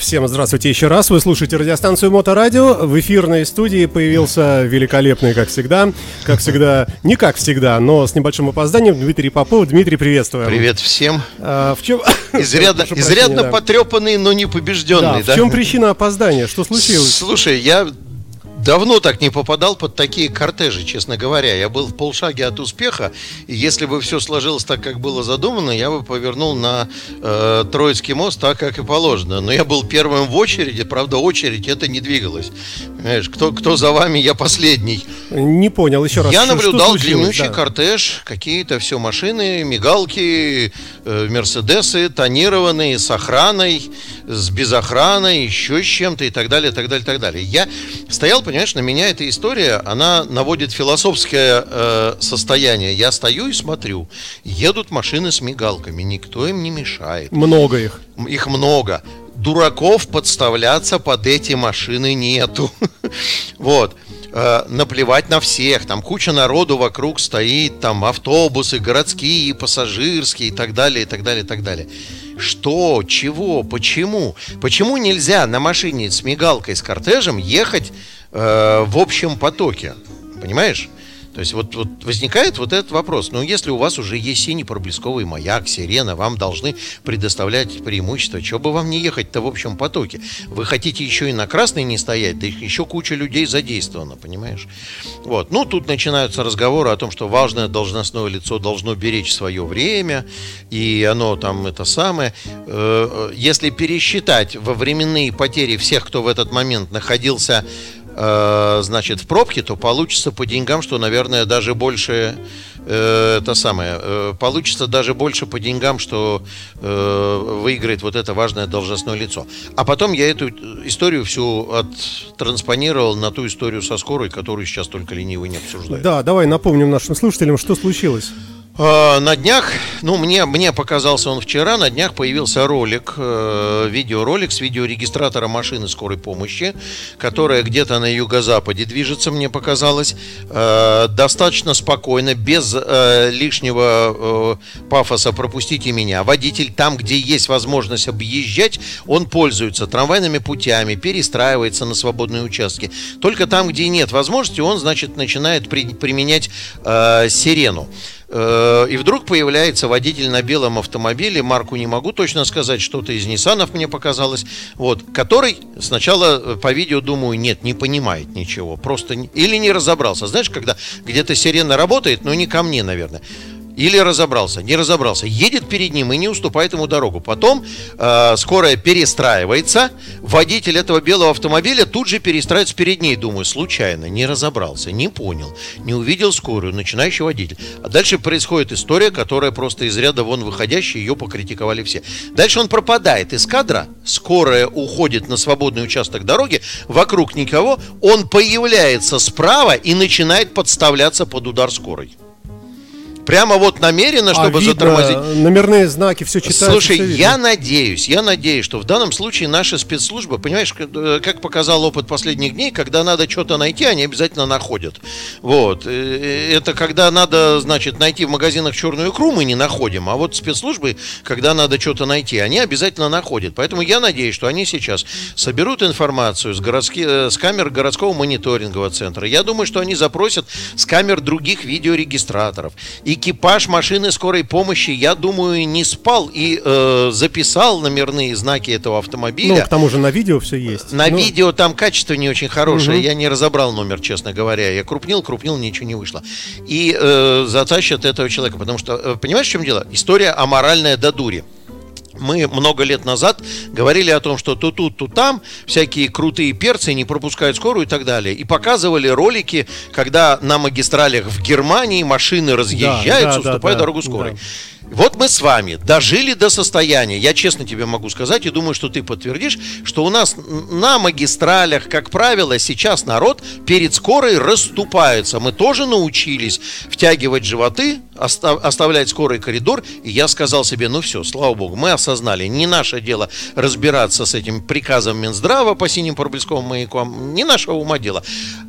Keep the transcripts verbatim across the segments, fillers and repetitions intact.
Всем здравствуйте еще раз. Вы слушаете радиостанцию Моторадио. В эфирной студии появился великолепный, как всегда, как всегда, не как всегда, но с небольшим опозданием Дмитрий Попов. Дмитрий, приветствуем. Привет всем. А, в чем... Изрядно, изрядно да. потрепанный, но не побежденный. Да, да? В чем причина опоздания? Что случилось? Слушай, я давно так не попадал под такие кортежи, честно говоря. Я был в полшаге от успеха, и если бы все сложилось так, как было задумано, я бы повернул на э, Троицкий мост так, как и положено. Но я был первым в очереди, правда, очередь это не двигалась. Понимаешь, кто, кто за вами, я последний. Не понял, еще раз. Я что, наблюдал что длиннющий да. кортеж, какие-то все машины, мигалки, э, мерседесы, тонированные, с охраной, с без охраны, еще с чем-то и так далее, так далее, так далее. Я стоял, понимаешь, на меня эта история, она наводит философское э, состояние. Я стою и смотрю, едут машины с мигалками, никто им не мешает. Много их. Их много. Дураков подставляться под эти машины нету. Вот. Наплевать на всех, там куча народу вокруг стоит, там автобусы, городские, пассажирские и так далее, и так далее, и так далее. Что, чего, почему? Почему нельзя на машине с мигалкой, с кортежем ехать э, в общем потоке? Понимаешь? То есть вот, вот возникает вот этот вопрос. Ну, если у вас уже есть синий проблесковый маяк, сирена, вам должны предоставлять преимущество. Чего бы вам не ехать-то в общем потоке? Вы хотите еще и на красной не стоять, да еще куча людей задействована, понимаешь? Вот. Ну, тут начинаются разговоры о том, что важное должностное лицо должно беречь свое время, и оно там это самое. Если пересчитать во временные потери всех, кто в этот момент находился, значит, в пробке, то получится по деньгам, что, наверное, даже больше э, это самое, э, получится даже больше по деньгам, что э, выиграет вот это важное должностное лицо. А потом я эту историю всю оттранспонировал на ту историю со скорой, которую сейчас только ленивый не обсуждает. Да, давай напомним нашим слушателям, что случилось. На днях, ну мне, мне показался он вчера, на днях появился ролик, э, видеоролик с видеорегистратора машины скорой помощи, которая где-то на юго-западе движется, мне показалось, э, достаточно спокойно, без э, лишнего э, пафоса «пропустите меня». Водитель там, где есть возможность объезжать, он пользуется трамвайными путями, перестраивается на свободные участки. Только там, где нет возможности, он, значит, начинает при, применять э, сирену. И вдруг появляется водитель на белом автомобиле, марку не могу точно сказать, что-то из Ниссанов мне показалось, вот, который сначала по видео, думаю, нет, не понимает ничего, просто не, или не разобрался. Знаешь, когда где-то сирена работает, но не ко мне, наверное. Или разобрался, не разобрался, едет перед ним и не уступает ему дорогу. Потом э, скорая перестраивается, водитель этого белого автомобиля тут же перестраивается перед ней. Думаю, случайно, не разобрался, не понял, не увидел скорую, начинающий водитель. А дальше происходит история, которая просто из ряда вон выходящая, ее покритиковали все. Дальше он пропадает из кадра, скорая уходит на свободный участок дороги, вокруг никого, он появляется справа и начинает подставляться под удар скорой. Прямо вот намеренно, чтобы а затормозить. Номерные знаки, все читаются. Слушай, все я надеюсь, я надеюсь, что в данном случае наши спецслужбы, понимаешь, как показал опыт последних дней, когда надо что-то найти, они обязательно находят. Вот. Это когда надо, значит, найти в магазинах черную икру, мы не находим, а вот спецслужбы, когда надо что-то найти, они обязательно находят. Поэтому я надеюсь, что они сейчас соберут информацию с, городски... с камер городского мониторингового центра. Я думаю, что они запросят с камер других видеорегистраторов. Экипаж машины скорой помощи, я думаю, не спал и э, записал номерные знаки этого автомобиля. Ну, к тому же на видео все есть. На ну... видео там качество не очень хорошее. Угу. Я не разобрал номер, честно говоря. Я крупнил, крупнил, ничего не вышло. И э, затащат этого человека. Потому что, э, понимаешь, в чем дело? История аморальная до дури. Мы много лет назад говорили о том, что то тут, то там всякие крутые перцы не пропускают скорую и так далее. И показывали ролики, когда на магистралях в Германии машины разъезжаются, да, да, уступая да, дорогу скорой. Да. Вот мы с вами дожили до состояния, я честно тебе могу сказать, и думаю, что ты подтвердишь, что у нас на магистралях, как правило, сейчас народ перед скорой расступается. Мы тоже научились втягивать животы, остав- оставлять скорый коридор, и я сказал себе, ну все, слава богу, мы осознали, не наше дело разбираться с этим приказом Минздрава по синим проблесковым маякам, не нашего ума дело.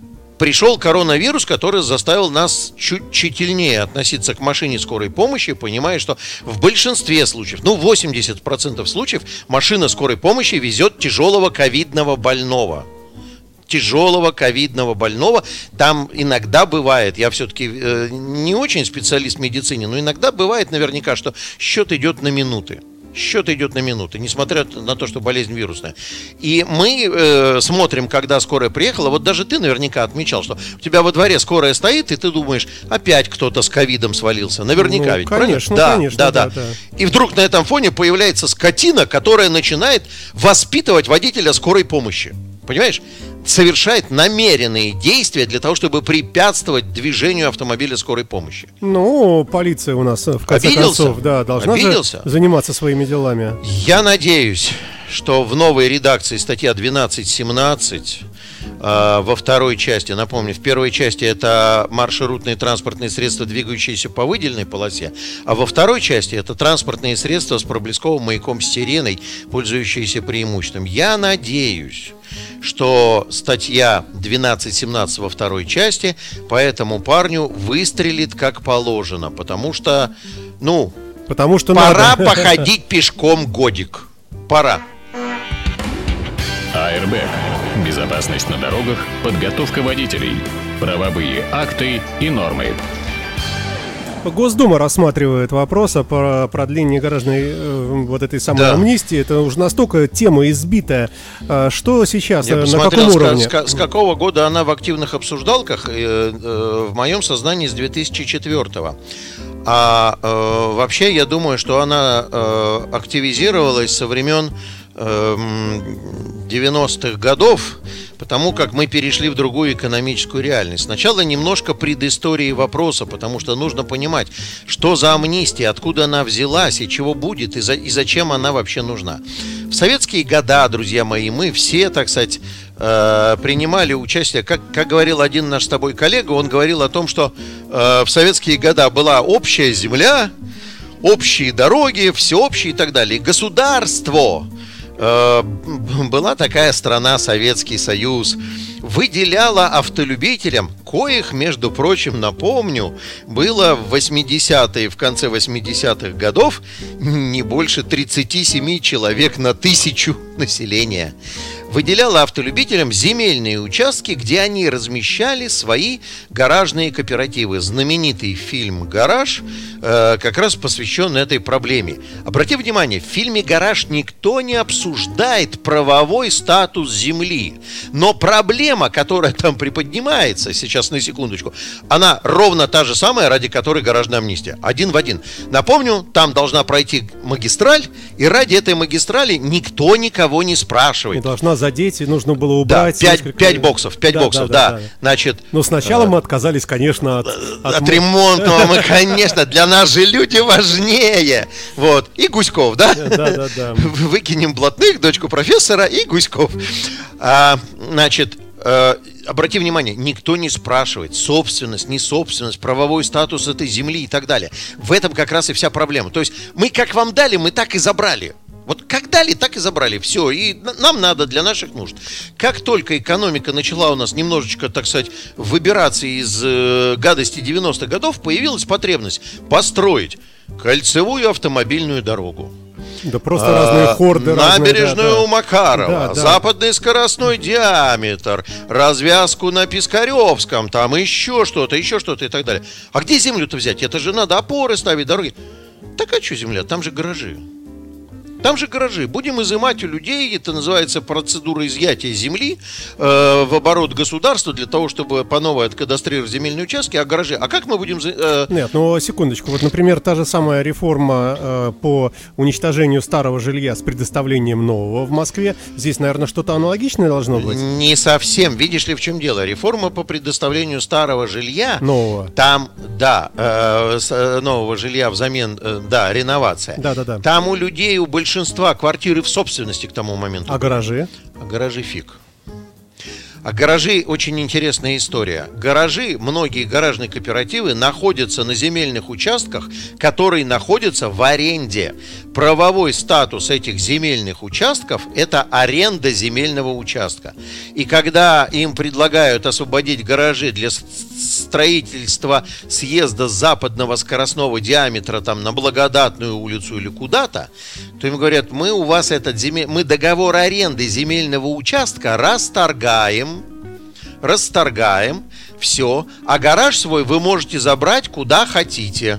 пришел коронавирус, который заставил нас чуть тщательнее относиться к машине скорой помощи, понимая, что в большинстве случаев, ну восемьдесят процентов случаев, машина скорой помощи везет тяжелого ковидного больного. Тяжелого ковидного больного. Там иногда бывает, я все-таки э, не очень специалист в медицине, но иногда бывает наверняка, что счет идет на минуты. Счет идет на минуты, несмотря на то, что болезнь вирусная. И мы э, смотрим, когда скорая приехала. Вот даже ты наверняка отмечал, что у тебя во дворе скорая стоит, и ты думаешь, опять кто-то с ковидом свалился. Наверняка, ну, ведь, конечно, правильно? конечно, да, да, да, да. да. И вдруг на этом фоне появляется скотина, которая начинает воспитывать водителя скорой помощи. Понимаешь? Совершает намеренные действия для того, чтобы препятствовать движению автомобиля скорой помощи. Ну, полиция у нас, в конце Обиделся? концов, да, должна Обиделся? же заниматься своими делами. Я надеюсь, что в новой редакции статья двенадцать семнадцать э, во второй части, напомню, в первой части это маршрутные транспортные средства, двигающиеся по выделенной полосе, а во второй части это транспортные средства с проблесковым маяком с сиреной, пользующиеся преимуществом. Я надеюсь, что статья двенадцать семнадцать во второй части по этому парню выстрелит как положено, потому что, ну, потому что пора надо. походить пешком годик. Пора. АРБ. Безопасность на дорогах, подготовка водителей, правовые акты и нормы. Госдума рассматривает вопрос о продлении гаражной э, вот этой самой да. амнистии. Это уже настолько тема избитая. А что сейчас, Я на посмотрел, каком уровне? С, с какого года она в активных обсуждалках, э, э, в моем сознании с две тысячи четвёртого. А э, вообще я думаю, что она э, активизировалась со времен э, девяностых годов, потому как мы перешли в другую экономическую реальность. Сначала немножко предыстории вопроса, потому что нужно понимать, что за амнистия, откуда она взялась и чего будет, и, за, и зачем она вообще нужна. В советские года, друзья мои, мы все, так сказать, э, принимали участие, как, как говорил один наш с тобой коллега, он говорил о том, что э, в советские года была общая земля, общие дороги, всеобщие и так далее. И государство, была такая страна, Советский Союз, выделяла автолюбителям, коих, между прочим, напомню, было в восьмидесятые, в конце восьмидесятых годов не больше тридцати семи человек на тысячу населения. Выделяла автолюбителям земельные участки, где они размещали свои гаражные кооперативы. Знаменитый фильм «Гараж» э, как раз посвящен этой проблеме. Обрати внимание, в фильме «Гараж» никто не обсуждает правовой статус земли. Но проблема, которая там приподнимается, сейчас на секундочку, она ровно та же самая, ради которой гаражная амнистия. Один в один. Напомню, там должна пройти магистраль, и ради этой магистрали никто никого не спрашивает. И должна задеть, и нужно было убрать. Да, пять, пять боксов, пять да, боксов, да, да. да, да. Значит, но сначала э, мы отказались, конечно, от, от, от ремонта. Мы, конечно, для нас же люди важнее. Вот. И Гуськов, да? Да, да, да. Выкинем блатных, дочку профессора и Гуськов. А, значит, э, обрати внимание, никто не спрашивает собственность, не собственность, правовой статус этой земли и так далее. В этом как раз и вся проблема. То есть мы как вам дали, мы так и забрали. Вот как дали, так и забрали. Все, и нам надо для наших нужд. Как только экономика начала у нас немножечко, так сказать, выбираться из э, гадости девяностых годов, появилась потребность построить кольцевую автомобильную дорогу. Да просто а, разные хорды. Набережную разные, да, у Макарова, да, да. западный скоростной диаметр, развязку на Пискаревском, там еще что-то, еще что-то и так далее. А где землю-то взять? Это же надо опоры ставить, дороги. Так а что земля? Там же гаражи. Там же гаражи. Будем изымать у людей, это называется процедура изъятия земли э, в оборот государства для того, чтобы по новой откадастрировать земельные участки, а гаражи. А как мы будем... Э... Нет, ну секундочку. Вот, например, та же самая реформа э, по уничтожению старого жилья с предоставлением нового в Москве. Здесь, наверное, что-то аналогичное должно быть. Не совсем. Видишь ли, в чем дело? Реформа по предоставлению старого жилья... Нового. Там, да, э, нового жилья взамен, э, да, реновация. Да, да, да. Там у людей, у большинства квартиры в собственности к тому моменту. А гаражи? А гаражи фиг. А гаражи очень интересная история. Гаражи, многие гаражные кооперативы находятся на земельных участках, которые находятся в аренде. Правовой статус этих земельных участков – это аренда земельного участка. И когда им предлагают освободить гаражи для строительства съезда западного скоростного диаметра там, на Благодатную улицу или куда-то, то им говорят, мы у вас этот земель... мы договор аренды земельного участка расторгаем, расторгаем, все, а гараж свой вы можете забрать куда хотите.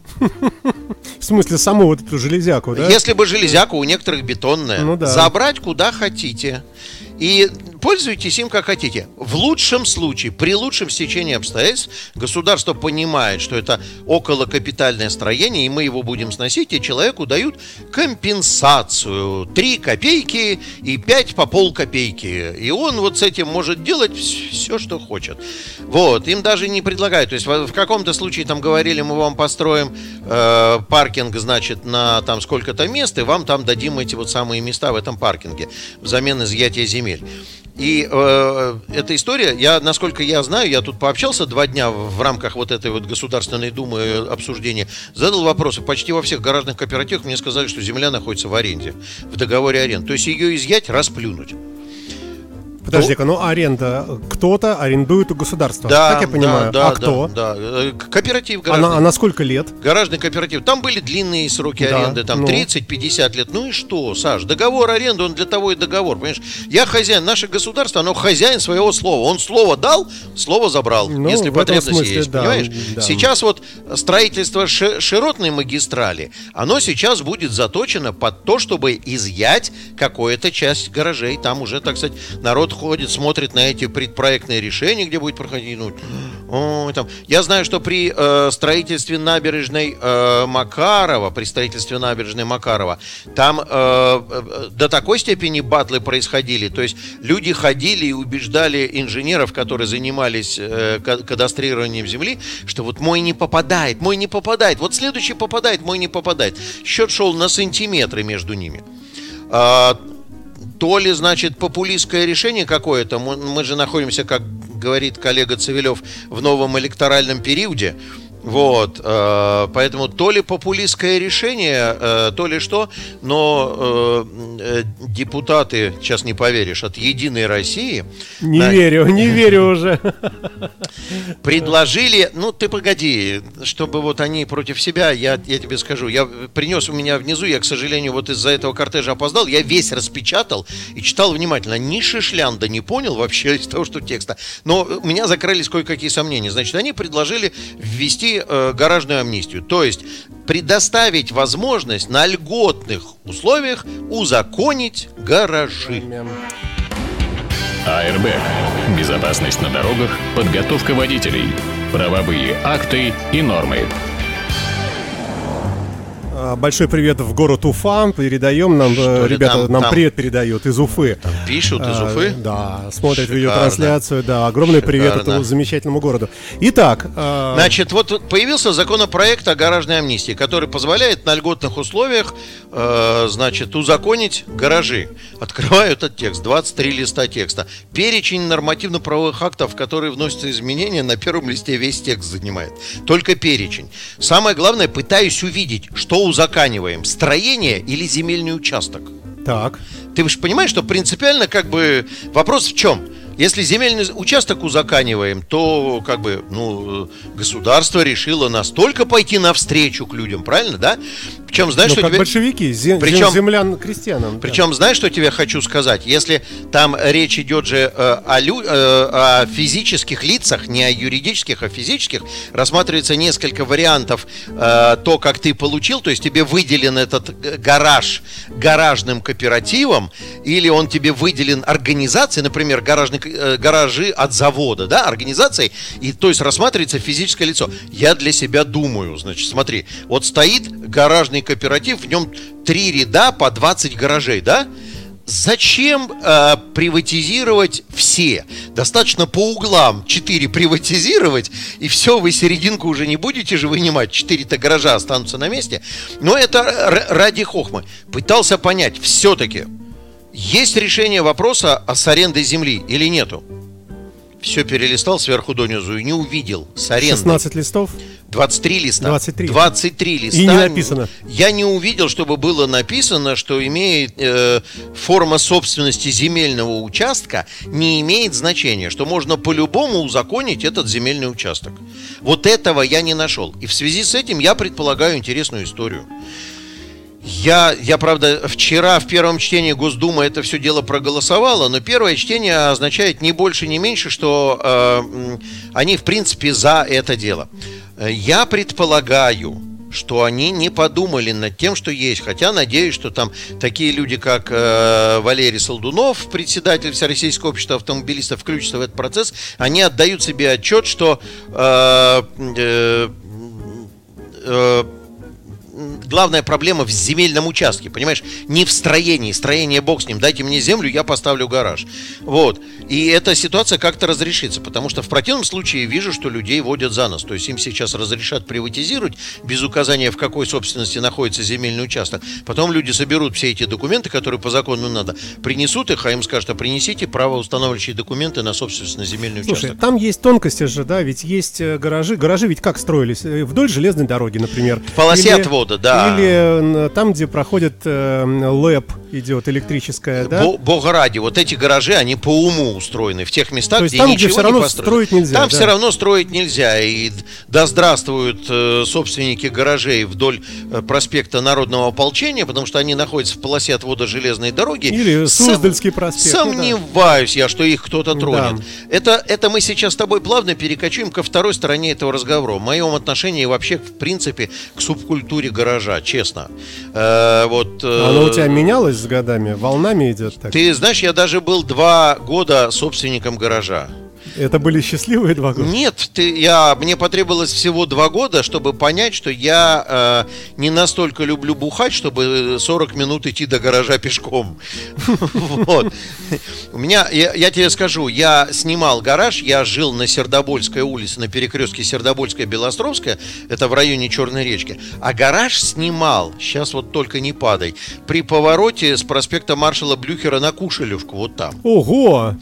В смысле, саму вот эту железяку, да? Если бы железяка у некоторых бетонная, ну, да. Забрать куда хотите. И пользуйтесь им как хотите. В лучшем случае, при лучшем стечении обстоятельств, государство понимает, что это околокапитальное строение, и мы его будем сносить, и человеку дают компенсацию. Три копейки и пять по полкопейки. И он вот с этим может делать все, что хочет. Вот, им даже не предлагают. То есть в каком-то случае там говорили, мы вам построим э, паркинг, значит, на там сколько-то мест, и вам там дадим эти вот самые места в этом паркинге взамен изъятия земель. И э, эта история, я, насколько я знаю, я тут пообщался два дня в рамках вот этой вот Государственной Думы обсуждения, задал вопросы. Почти во всех гаражных кооперативах мне сказали, что земля находится в аренде, в договоре аренды. То есть ее изъять, расплюнуть. Подожди-ка, ну аренда, кто-то арендует у государства, да, как я понимаю, да, а да, кто? Да, да. Кооператив гаражный. А на, а на сколько лет? Гаражный кооператив. Там были длинные сроки да, аренды, там ну. тридцать-пятьдесят лет. Ну и что, Саш, договор аренды, он для того и договор, понимаешь? Я хозяин, наше государство, оно хозяин своего слова. Он слово дал, слово забрал, ну, если потребность смысле, есть, да, понимаешь? Да. Сейчас вот строительство широтной магистрали, оно сейчас будет заточено под то, чтобы изъять какую-то часть гаражей. Там уже, так сказать, народ ходит, смотрит на эти предпроектные решения, где будет проходить. Ну, о, там. Я знаю, что при э, строительстве набережной э, Макарова, при строительстве набережной Макарова, там э, до такой степени батлы происходили. То есть люди ходили и убеждали инженеров, которые занимались э, кадастрированием земли, что вот мой не попадает, мой не попадает, вот следующий попадает, мой не попадает. Счет шел на сантиметры между ними. А, То ли, значит, популистское решение какое-то, мы, мы же находимся, как говорит коллега Цивилев, в новом электоральном периоде. Вот, э, поэтому то ли популистское решение, э, то ли что, но э, депутаты, сейчас не поверишь, от «Единой России» Не на... верю, не верю уже. Предложили, ну ты погоди, чтобы вот они против себя, я, я тебе скажу, я принес у меня внизу, я, к сожалению, вот из-за этого кортежа опоздал, я весь распечатал и читал внимательно, ни шишлянда не понял вообще из того, что текста, но у меня закрылись кое-какие сомнения. Значит, они предложили ввести гаражную амнистию, то есть предоставить возможность на льготных условиях узаконить гаражи. АРБ. Безопасность на дорогах, подготовка водителей, правовые акты и нормы. Большой привет в город Уфа. Передаем нам, что ребята, там, нам там, привет передают из Уфы. Там пишут из Уфы? А, да, смотрят Шикарно. Видеотрансляцию. Да, огромный Шикарно. Привет этому замечательному городу. Итак, а... значит, вот появился законопроект о гаражной амнистии, который позволяет на льготных условиях, э, значит, узаконить гаражи. Открываю этот текст, двадцать три листа текста. Перечень нормативно-правовых актов, в которые вносятся изменения, на первом листе весь текст занимает. Только перечень. Самое главное, пытаюсь увидеть, что узаканиваем, строение или земельный участок. Так. Ты же понимаешь, что принципиально как бы вопрос в чем? Если земельный участок узаканиваем, то как бы, ну, государство решило настолько пойти навстречу к людям, правильно, да? Причем, знаешь, ну, что как тебе... большевики, зем... Причем... землян крестьянам. Причем, да. Знаешь, что тебе хочу сказать? Если там речь идет же э, о, лю... э, о физических лицах, не о юридических, а физических, рассматривается несколько вариантов э, то, как ты получил, то есть тебе выделен этот гараж гаражным кооперативом, или он тебе выделен организацией, например, гаражный, э, гаражи от завода, да, организацией, и то есть рассматривается физическое лицо. Я для себя думаю, значит, смотри, вот стоит гаражный кооператив, в нем три ряда по двадцать гаражей, да? Зачем э, приватизировать все? Достаточно по углам четыре приватизировать, и все, вы серединку уже не будете же вынимать, четыре-то гаража останутся на месте. Но это р- ради хохмы. Пытался понять, все-таки есть решение вопроса с арендой земли или нету? все перелистал сверху донизу и не увидел с арендой. шестнадцать листов? двадцать три листа. двадцать три. двадцать три листа. И не написано. Я не увидел, чтобы было написано, что имеет э, форма собственности земельного участка не имеет значения, что можно по-любому узаконить этот земельный участок. Вот этого я не нашел. И в связи с этим я предполагаю интересную историю. Я, я, правда, вчера в первом чтении Госдума это все дело проголосовала, но первое чтение означает не больше, не меньше, что э, они, в принципе, за это дело. Я предполагаю, что они не подумали над тем, что есть. Хотя надеюсь, что там такие люди, как э, Валерий Солдунов, председатель Всероссийского общества автомобилистов, включатся в этот процесс. Они отдают себе отчет, что э, э, э, главная проблема в земельном участке, понимаешь? Не в строении. Строение бог с ним. Дайте мне землю, я поставлю гараж. Вот. И эта ситуация как-то разрешится, потому что в противном случае вижу, что людей водят за нос. То есть им сейчас разрешат приватизировать без указания, в какой собственности находится земельный участок. Потом люди соберут все эти документы, которые по закону надо, принесут их, а им скажут, а принесите правоустанавливающие документы на собственность на земельный Слушай, участок. там есть тонкости же, да, ведь есть гаражи. Гаражи ведь как строились? Вдоль железной дороги, например. В полосе или, отвода, да. Или там, где проходит э, ЛЭП, идет электрическая, да? Бога ради, вот эти гаражи, они по уму устроены в тех местах, То есть где там, ничего где все равно не построено. строить нельзя. Там да? все равно строить нельзя. И да здравствуют э, собственники гаражей вдоль э, проспекта Народного ополчения, потому что они находятся в полосе отвода железной дороги. Или Суздальский Сом... проспект. Сомневаюсь ну, да. я, что их кто-то тронет. Да. Это, это мы сейчас с тобой плавно перекочуем ко второй стороне этого разговора. В моем отношении вообще, в принципе, к субкультуре гаража, честно. Э, вот, э... Она у тебя менялась с годами? Волнами идет так? Ты знаешь, я даже был два года собственником гаража. Это были счастливые два года? Нет, ты, я, мне потребовалось всего два года, чтобы понять, что я э, не настолько люблю бухать, чтобы сорок минут идти до гаража пешком. Вот. У меня, я, я тебе скажу, я снимал гараж, я жил на Сердобольской улице, на перекрестке Сердобольская и Белостровская, это в районе Черной речки. А гараж снимал, сейчас вот только не падай, при повороте с проспекта маршала Блюхера на Кушелевку, вот там. Ого!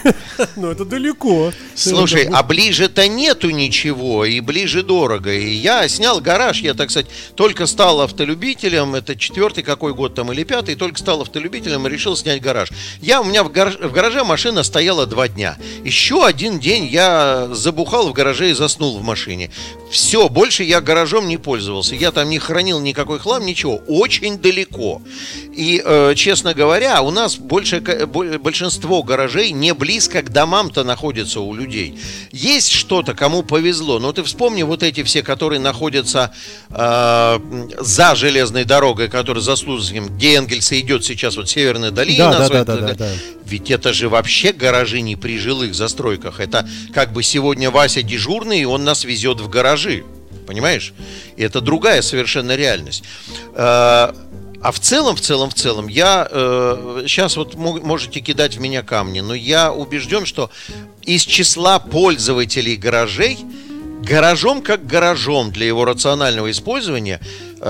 Ну это далеко. Слушай, а ближе-то нету ничего, и ближе дорого. И я снял гараж, я, так сказать, только стал автолюбителем, это четвертый какой год там или пятый, только стал автолюбителем и решил снять гараж. Я, у меня в, гараж, в гараже машина стояла два дня. Еще один день я забухал в гараже и заснул в машине. Все, больше я гаражом не пользовался. Я там не хранил никакой хлам, ничего. Очень далеко. И, э, честно говоря, у нас больше, большинство гаражей не близко к домам-то находятся у людей. Есть что-то, кому повезло. Но ты вспомни вот эти все, которые находятся э, за железной дорогой, которые за Слуцким, где Энгельса идет сейчас, вот Северная долина. Да, да, своей, да, да, да, да. Ведь это же вообще гаражи не при жилых застройках. Это как бы сегодня Вася дежурный, и он нас везет в гаражи. Понимаешь? И это другая совершенно реальность. Э, А в целом, в целом, в целом, я э, сейчас вот можете кидать в меня камни, но я убежден, что из числа пользователей гаражей, гаражом как гаражом для его рационального использования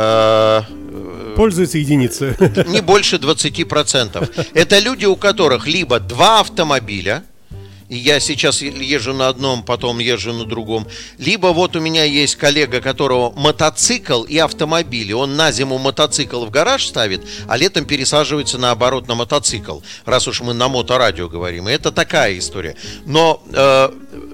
э, пользуются единицы. Не больше двадцати процентов. Это люди, у которых либо два автомобиля, и я сейчас езжу на одном, потом езжу на другом. Либо вот у меня есть коллега, которого мотоцикл и автомобиль. Он на зиму мотоцикл в гараж ставит, а летом пересаживается наоборот на мотоцикл. Раз уж мы на моторадио говорим. И это такая история. Но э,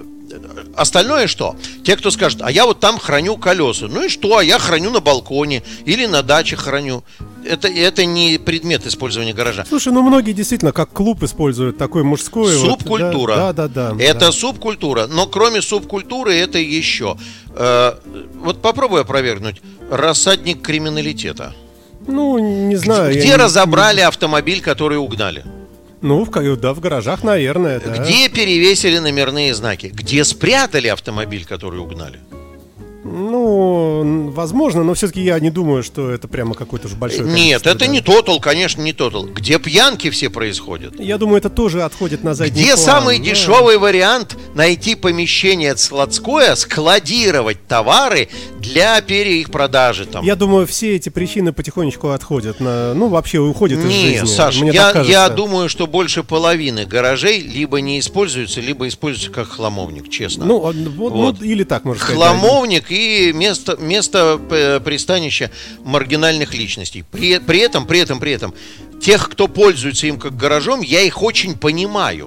остальное что? Те, кто скажет, а я вот там храню колеса. Ну и что? А я храню на балконе или на даче храню. Это, это не предмет использования гаража. Слушай, ну многие действительно как клуб используют такой мужской. Субкультура. Вот, да, да, да. Это да. субкультура. Но кроме субкультуры это еще. Э, вот попробуй опровергнуть. Рассадник криминалитета. Ну, не знаю. Где, где разобрали не... автомобиль, который угнали? Ну, в, да, в гаражах, наверное, да. Где перевесили номерные знаки? Где спрятали автомобиль, который угнали? Ну, возможно, но все-таки я не думаю, что это прямо какой-то же большой количество. Нет, это да. не тотал, конечно, не тотал. Где пьянки все происходят? Я думаю, это тоже отходит на задний Где план. самый но... дешевый вариант найти помещение складское, складировать товары для переих продажи там? Я думаю, все эти причины потихонечку отходят на, ну, вообще уходят из Не, жизни. Саш, Мне я, так кажется. я думаю, что больше половины гаражей либо не используются, либо используются как хламовник, честно. Ну, вот, Вот. ну, или так можно сказать. Хламовник и место, место э, пристанища маргинальных личностей. При, при этом, при этом, при этом, тех, кто пользуется им как гаражом, я их очень понимаю.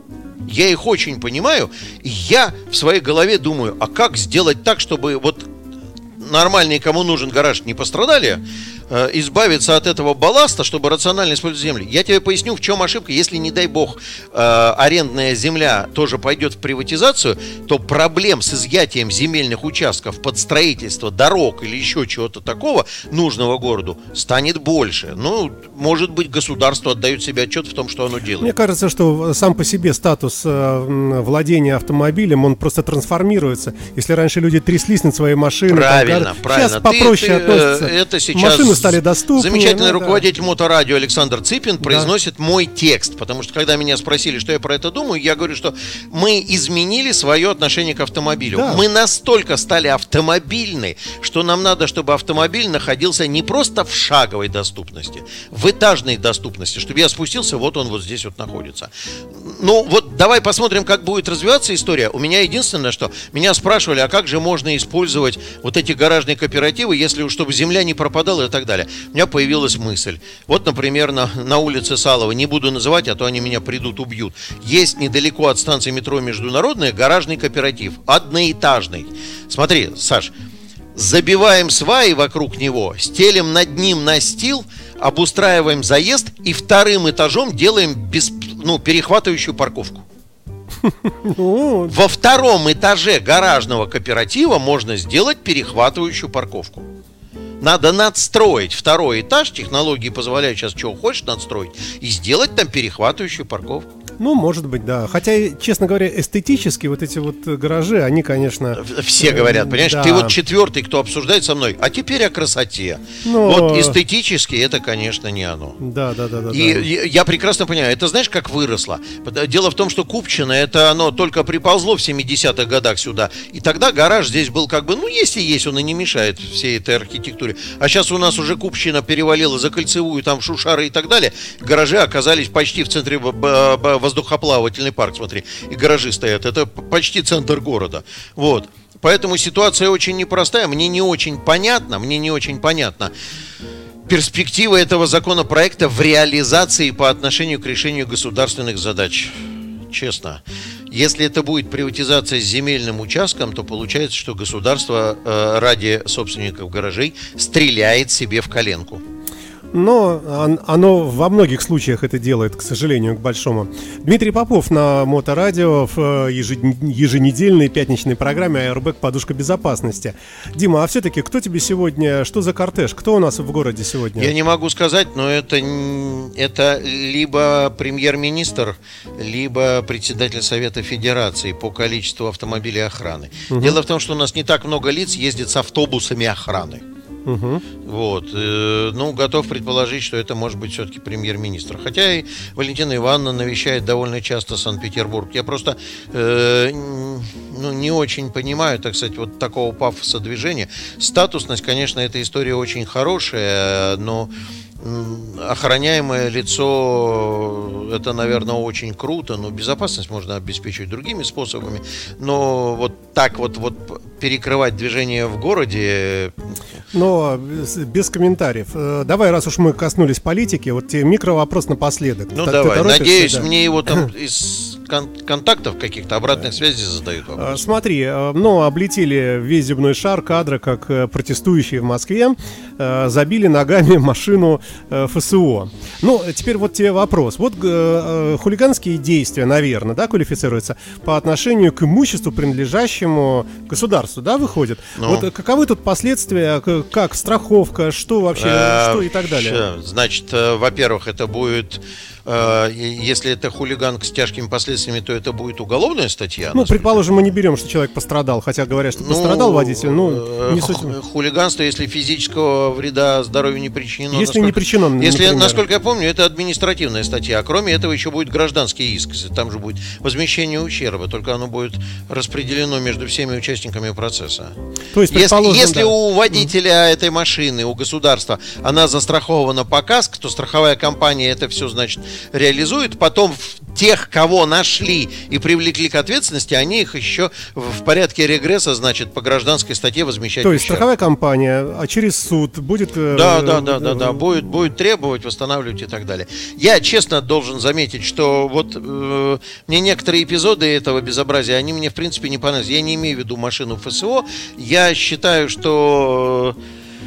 Я их очень понимаю. И я в своей голове думаю, а как сделать так, чтобы вот нормальные, кому нужен гараж, не пострадали, э, избавиться от этого балласта, чтобы рационально использовать землю. Я тебе поясню, в чем ошибка. Если, не дай бог, э, арендная земля тоже пойдет в приватизацию, то проблем с изъятием земельных участков под строительство дорог или еще чего-то такого нужного городу станет больше. Ну, может быть, государство отдает себе отчет в том, что оно делает. Мне кажется, что сам по себе статус э, владения автомобилем, он просто трансформируется. Если раньше люди тряслись над своей машиной, Правильно, там, правильно. Сейчас попроще ты, ты, относятся. Это сейчас машины стали доступны. Замечательный ну, руководитель да. Моторадио Александр Цыпин да. произносит мой текст, потому что когда меня спросили, что я про это думаю, я говорю, что мы изменили свое отношение к автомобилю. Да. Мы настолько стали автомобильны, что нам надо, чтобы автомобиль находился не просто в шаговой доступности, в этажной доступности, чтобы я спустился, вот он вот здесь вот находится. Ну вот давай посмотрим, как будет развиваться история. У меня единственное, что меня спрашивали, а как же можно использовать вот эти гаражные кооперативы, если чтобы земля не пропадала и так далее. У меня появилась мысль. Вот, например, на, на улице Салова, не буду называть, а то они меня придут, убьют. Есть недалеко от станции метро Международная гаражный кооператив, одноэтажный. Смотри, Саш, забиваем сваи вокруг него, стелим над ним настил, обустраиваем заезд и вторым этажом делаем без, ну, перехватывающую парковку. Во втором этаже гаражного кооператива можно сделать перехватывающую парковку. Надо надстроить второй этаж, технологии позволяют сейчас чего хочешь надстроить, и сделать там перехватывающую парковку. Ну, может быть, да. Хотя, честно говоря, эстетически вот эти вот гаражи, они, конечно... Все говорят, понимаешь, да. Ты вот четвертый, кто обсуждает со мной, а теперь о красоте. Но... Вот эстетически это, конечно, не оно. Да, да, да, да. И да. я прекрасно понимаю, это знаешь, как выросло? Дело в том, что Купчино, это оно только приползло в семидесятых годах сюда, и тогда гараж здесь был как бы, ну, если есть, он и не мешает всей этой архитектуре. А сейчас у нас уже Купчино перевалило за Кольцевую, там Шушары и так далее. Гаражи оказались почти в центре воздухоплавательный парк, смотри, и гаражи стоят. Это почти центр города. Вот. Поэтому ситуация очень непростая. Мне не очень понятно, мне не очень понятно перспектива этого законопроекта в реализации по отношению к решению государственных задач. Честно. Если это будет приватизация с земельным участком, то получается, что государство э, ради собственников гаражей стреляет себе в коленку. Но оно во многих случаях это делает, к сожалению, к большому. Дмитрий Попов на Моторадио в еженедельной пятничной программе «Аэробэк. Подушка безопасности». Дима, а все-таки кто тебе сегодня, что за кортеж? Кто у нас в городе сегодня? Я не могу сказать, но это, это либо премьер-министр, либо председатель Совета Федерации по количеству автомобилей охраны. Угу. Дело в том, что у нас не так много лиц ездит с автобусами охраны. Угу. Вот, э, ну, готов предположить, что это может быть все-таки премьер-министр. Хотя и Валентина Ивановна навещает довольно часто Санкт-Петербург. Я просто э, ну, не очень понимаю, так сказать, вот такого пафоса движения. Статусность, конечно, эта история очень хорошая, но охраняемое лицо, это, наверное, очень круто, но безопасность можно обеспечивать другими способами. Но вот так вот, вот перекрывать движение в городе... Но без комментариев. Давай, раз уж мы коснулись политики, вот тебе микровопрос напоследок. Ну, Ты давай. Надеюсь, да? мне его там из контактов каких-то, обратных связей задают вопрос. Смотри, ну, облетели весь земной шар кадры, как протестующие в Москве забили ногами машину эф эс о. Ну, теперь вот тебе вопрос. Вот э, хулиганские действия, наверное, да, квалифицируются по отношению к имуществу, принадлежащему государству, да, выходит? Ну. Вот каковы тут последствия, как страховка, что вообще, а, что и так далее? Значит, во-первых, это будет э, если это хулиганка с тяжкими последствиями, то это будет уголовная статья. Ну, предположим, мы не берем, что человек пострадал, хотя говорят, что пострадал ну, водитель, ну, не суть. Хулиганство, если физического вреда здоровью не причинено. Если насколько, не причинено, Если, например. насколько я помню, это административная статья, а кроме этого еще будет гражданский иск, там же будет возмещение ущерба, только оно будет распределено между всеми участниками процесса. То есть, если если да. у водителя этой машины, у государства, она застрахована по КАСК, то страховая компания это все, значит, реализует. Потом тех, кого нашли и привлекли к ответственности, они их еще в порядке регресса, значит, по гражданской статье возмещать. То есть ущерб. Страховая компания, а через суд будет... Да, да, да, да, да, будет, будет требовать, восстанавливать и так далее. Я честно должен заметить, что вот э, мне некоторые эпизоды этого безобразия, они мне в принципе не понравились. Я не имею в виду машину ФСО. Я считаю, что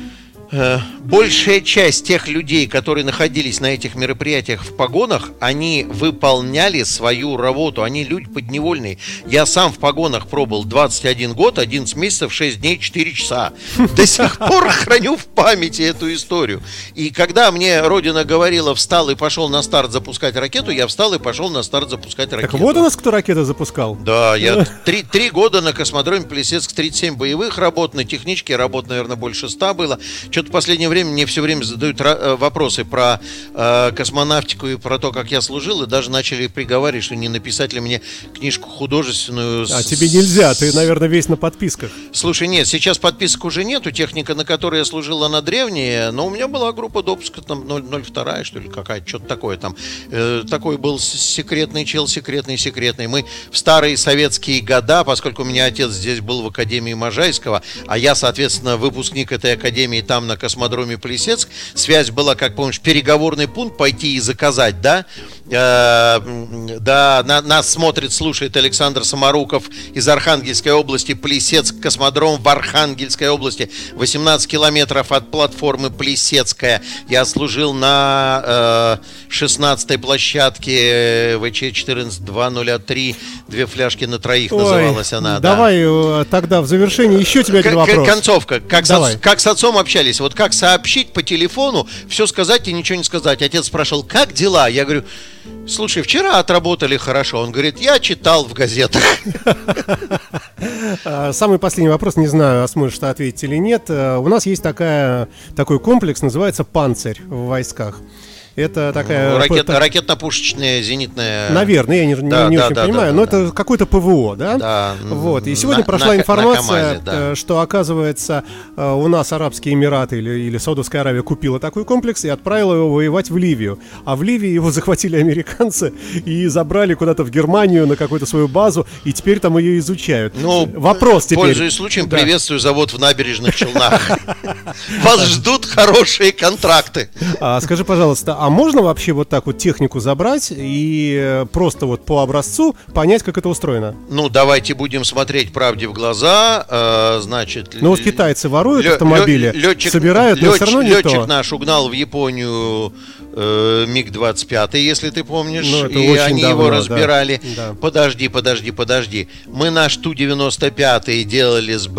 э, большая часть тех людей, которые находились на этих мероприятиях в погонах, они выполняли свою работу. Они люди подневольные. Я сам в погонах пробыл двадцать один год, одиннадцать месяцев, шесть дней, четыре часа. До сих пор храню в памяти эту историю. И когда мне Родина говорила, встал и пошел на старт запускать ракету, я встал и пошел на старт запускать ракету. Так вот у нас кто ракету запускал. Да, я три, три года на космодроме Плесецк, тридцать семь боевых работ, на техничке работ, наверное, больше ста было. Что-то в последнее время мне все время задают вопросы про э, космонавтику и про то, как я служил, и даже начали приговаривать, что не написать ли мне книжку художественную. А с... тебе нельзя, ты, наверное, весь на подписках. Слушай, нет, сейчас подписок уже нету, техника, на которой я служил, она древняя, но у меня была группа допуска, там, ноль ноль два, что ли, какая-то, что-то такое там. Э, такой был секретный чел, секретный, секретный. Мы в старые советские года, поскольку у меня отец здесь был в Академии Можайского, а я, соответственно, выпускник этой академии там на космодроме Плесецк, связь была, как помнишь, переговорный пункт, пойти и заказать, да? Э, да, на, нас смотрит, слушает Александр Самаруков из Архангельской области, Плесецк, космодром в Архангельской области, восемнадцать километров от платформы Плесецкая. Я служил на э, шестнадцатой площадке вэ че четырнадцать два ноль три, две фляжки на троих. Ой, называлась она. Давай да. Тогда в завершении еще тебе один вопрос. Концовка. Как с, как с отцом общались? Вот как сообщить по телефону, все сказать и ничего не сказать. Отец спрашивал, как дела? Я говорю, слушай, вчера отработали хорошо. Он говорит, я читал в газетах. Самый последний вопрос, не знаю, сможешь ты ответить или нет. У нас есть такая, такой комплекс, называется «Панцирь» в войсках. Это такая... Ну, ракет, это... ракетно-пушечная, зенитная... Наверное, я не, не, да, не да, очень да, понимаю, да, но да. это какое-то ПВО, да? Да. Вот. И сегодня на, прошла на, информация, на КамАЗе, да. что, оказывается, у нас Арабские Эмираты или, или Саудовская Аравия купила такой комплекс и отправила его воевать в Ливию. А в Ливии его захватили американцы и забрали куда-то в Германию на какую-то свою базу, и теперь там ее изучают. Ну, вопрос теперь. Пользуясь случаем, да. Приветствую завод в Набережных Челнах. Вас ждут хорошие контракты. Скажи, пожалуйста, а можно вообще вот так вот технику забрать и просто вот по образцу понять, как это устроено? Ну, давайте будем смотреть правде в глаза. Э, значит, ну вот китайцы воруют лё, автомобили, лётчик, собирают, но лётчик, все равно не лётчик то. наш угнал в Японию э, миг двадцать пять, если ты помнишь, ну, и они давно, его разбирали. Да, да. Подожди, подожди, подожди. Мы наш Ту девяносто пять делали с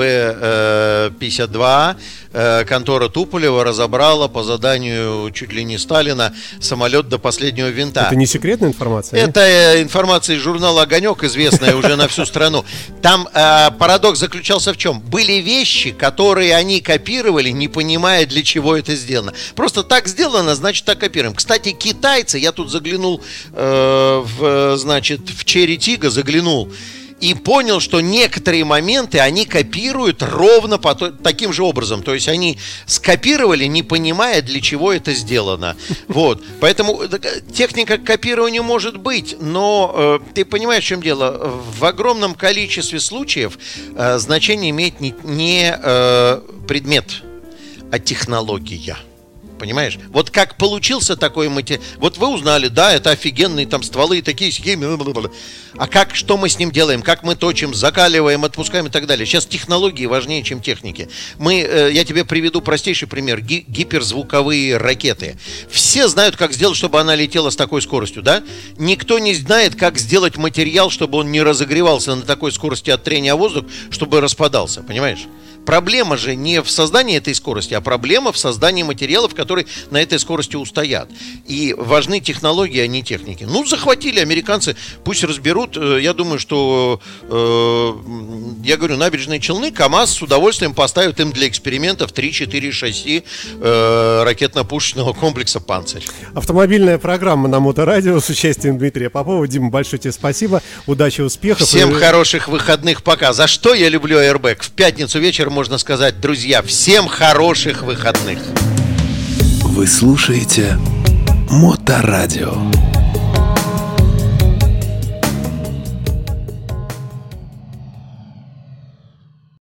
Бэ пятьдесят два. Э, контора Туполева разобрала по заданию чуть ли не Сталина самолет до последнего винта. Это не секретная информация? Это э, информация из журнала «Огонек», известная уже на всю страну. Там э, парадокс заключался в чем? Были вещи, которые они копировали, не понимая, для чего это сделано. Просто так сделано, значит, так копируем. Кстати, китайцы, я тут заглянул, э, в, значит, в Черри Тига заглянул, и понял, что некоторые моменты они копируют ровно по то, таким же образом. То есть они скопировали, не понимая, для чего это сделано. Вот. Поэтому техника к копированию может быть, но э, ты понимаешь, в чем дело? В огромном количестве случаев э, значение имеет не, не э, предмет, а технология. Понимаешь? Вот как получился такой материал. Вот вы узнали, да, это офигенные там стволы, такие схемы. А как, что мы с ним делаем? Как мы точим, закаливаем, отпускаем и так далее. Сейчас технологии важнее, чем техники. Мы, э, я тебе приведу простейший пример. Ги- гиперзвуковые ракеты. Все знают, как сделать, чтобы она летела с такой скоростью, да? Никто не знает, как сделать материал, чтобы он не разогревался на такой скорости от трения о воздух, чтобы распадался. Понимаешь? проблема же не в создании этой скорости, а проблема в создании материалов, которые на этой скорости устоят. И важны технологии, а не техники. Ну, захватили американцы, пусть разберут. Я думаю, что, э, я говорю, Набережные Челны КАМАЗ с удовольствием поставит им для экспериментов три-четыре шасси э, ракетно-пушечного комплекса «Панцирь». Автомобильная программа на Моторадио с участием Дмитрия Попова. Дима, большое тебе спасибо. Удачи, успехов. Всем и... хороших выходных пока. За что я люблю Airbag? В пятницу вечером можно сказать, друзья, всем хороших выходных. Вы слушаете Моторадио.